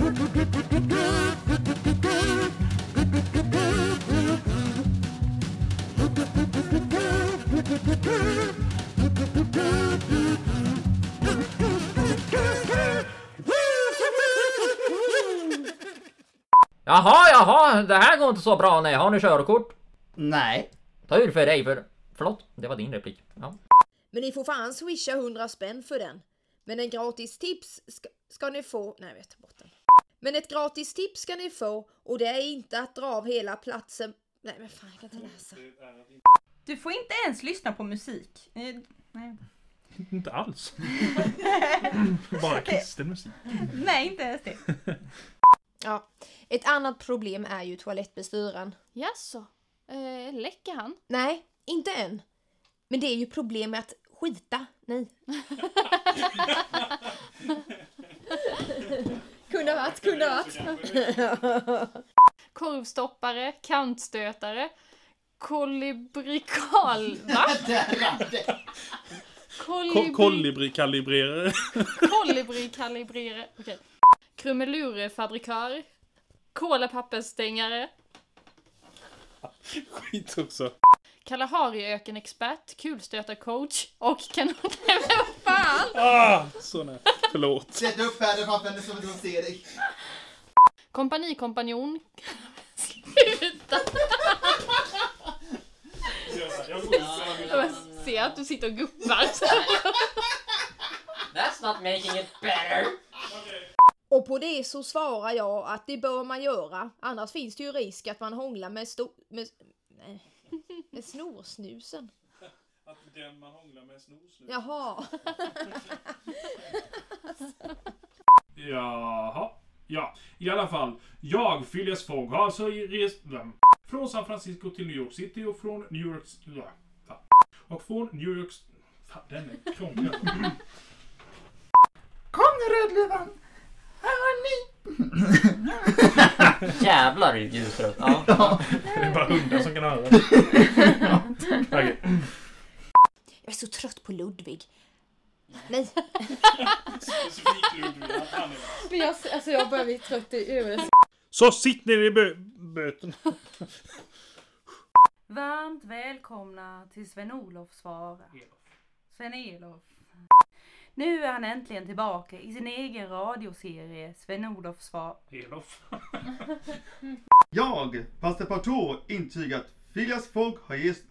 Jaha, det här går inte så bra. Nej, har ni körkort? Nej. Tur för dig, förlåt, det var din replik. Ja. Men ni får fan swisha 100 spänn för den. Men en gratis tips ska ni få... Nej, vet bort den. Men ett gratis tips ska ni få, och det är inte att dra av hela platsen... Nej, men fan, jag kan inte läsa. Du får inte ens lyssna på musik. Nej. Inte alls. Bara kristen musik. Nej, inte ens det. Ja, ett annat problem är ju toalettbestyren. Jaså, läcker han? Nej, inte än. Men det är ju problem med att skita. Nej. kunde ha varit. Korvstoppare, kantstötare, kolibrikal... Va? Kolibrikalibrerare. Kolibrikalibrerare. Okej. Krumelurefabrikör, kolapappersstängare, Skit också. Kalahariökenexpert, kulstötarcoach och kanon... Vad fan? Så nej. Förlåt. Sätt upp här, pappan, så att de ser dig. Kompanikompanjon. Sluta! Jag ser att du sitter och guppar. That's not making it better. Och på det så svarar jag att det bör man göra. Annars finns det ju risk att man hånglar med snorsnusen. Att den man hånglar med snorsnus. Jaha. Jaha. Ja, i alla fall. Jag, Phileas Fogg, har alltså rest från San Francisco till New York City och från New York... Och från New York... Fan, den är krånglig. Kom nu, Rödluvan! Här har ni! Jävlar i ljusrött. Ja. Det är bara hundar som kan höra. Okay. Jag är så trött på Ludvig. Nej. Specifikt Ludvig. Men jag börjar bli trött i övrigt. Så sitt ner i böten. Varmt välkomna till Sven-Olof svara. Sven-Elof. Nu är han äntligen tillbaka i sin egen radioserie Sven-Olof svar. Elof. Jag, pastor Pato, intygat Phileas Fogg har gäst.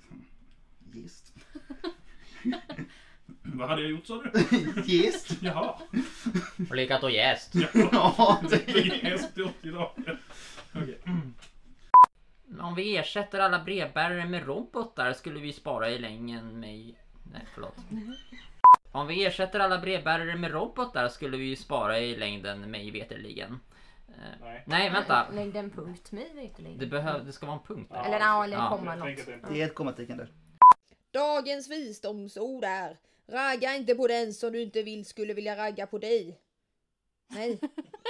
Vad hade jag gjort, sa du? Gäst? Jaha. Och lyckat och gäst. Ja, det Gäst i 80 dagar. Okej. Om vi ersätter alla brevbärare med robotar skulle vi spara i längden med... Nej, förlåt. Om vi ersätter alla brevbärare med robotar skulle vi spara i längden mig veterligen. Nej, vänta. Lägg den punkt mig veterligen. Det ska vara en punkt. Där. Eller komma något. Det är ett kommatecken där. Dagens visdomsord är: ragga inte på den som du inte skulle vilja ragga på dig. Nej.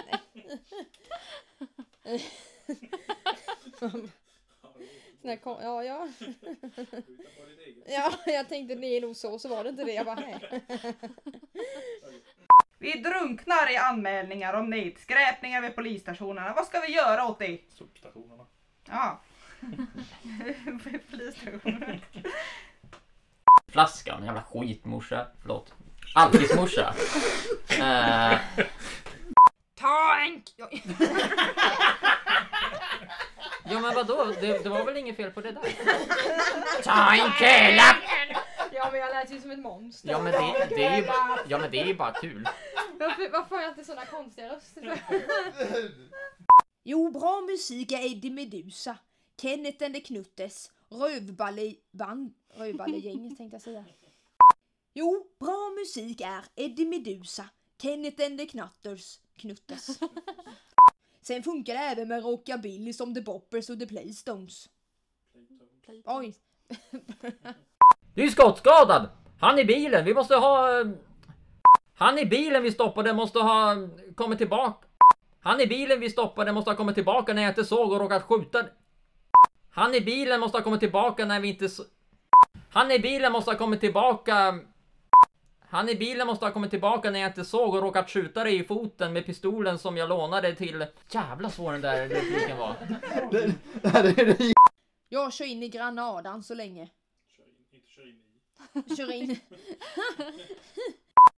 Ja. Ja, jag tänkte det är nog så var det inte det. Jag bara nej. Vi drunknar i anmälningar om nedskräpningar vid polisstationerna. Vad ska vi göra åt det? Sopstationerna. Ja. Polisstationerna. Flaskan, jävla skitmorsa. Förlåt. Alkismorsa. Tank! Ja, men vadå? Det var väl inget fel på det där? Ta en kölapp! Ja, men jag lät ju som ett monster. Ja, men det är ju bara kul. Varför har jag inte såna konstiga röster? Jo, bra musik är Eddie Meduza, Kenneth and the Knuttes, Rövballegänget tänkte jag säga. Jo, bra musik är Eddie Meduza, Kenneth and the Knuttes. Sen funkar det även med rockabilly som The Boppers och The Playstones. Oj. Du är skottskadad! Han i bilen, vi måste ha... Han i bilen vi stoppade måste ha kommit tillbaka. Han i bilen vi stoppade måste ha kommit tillbaka när jag inte såg och råkat skjuta. Han i bilen måste ha kommit tillbaka när vi inte... Han i bilen måste ha kommit tillbaka... Han i bilen måste ha kommit tillbaka när jag inte såg och råkat skjuta dig i foten med pistolen som jag lånade till... Jävla svår den där repliken var. Jag kör in i Granadan så länge. Kör in i. Kör in.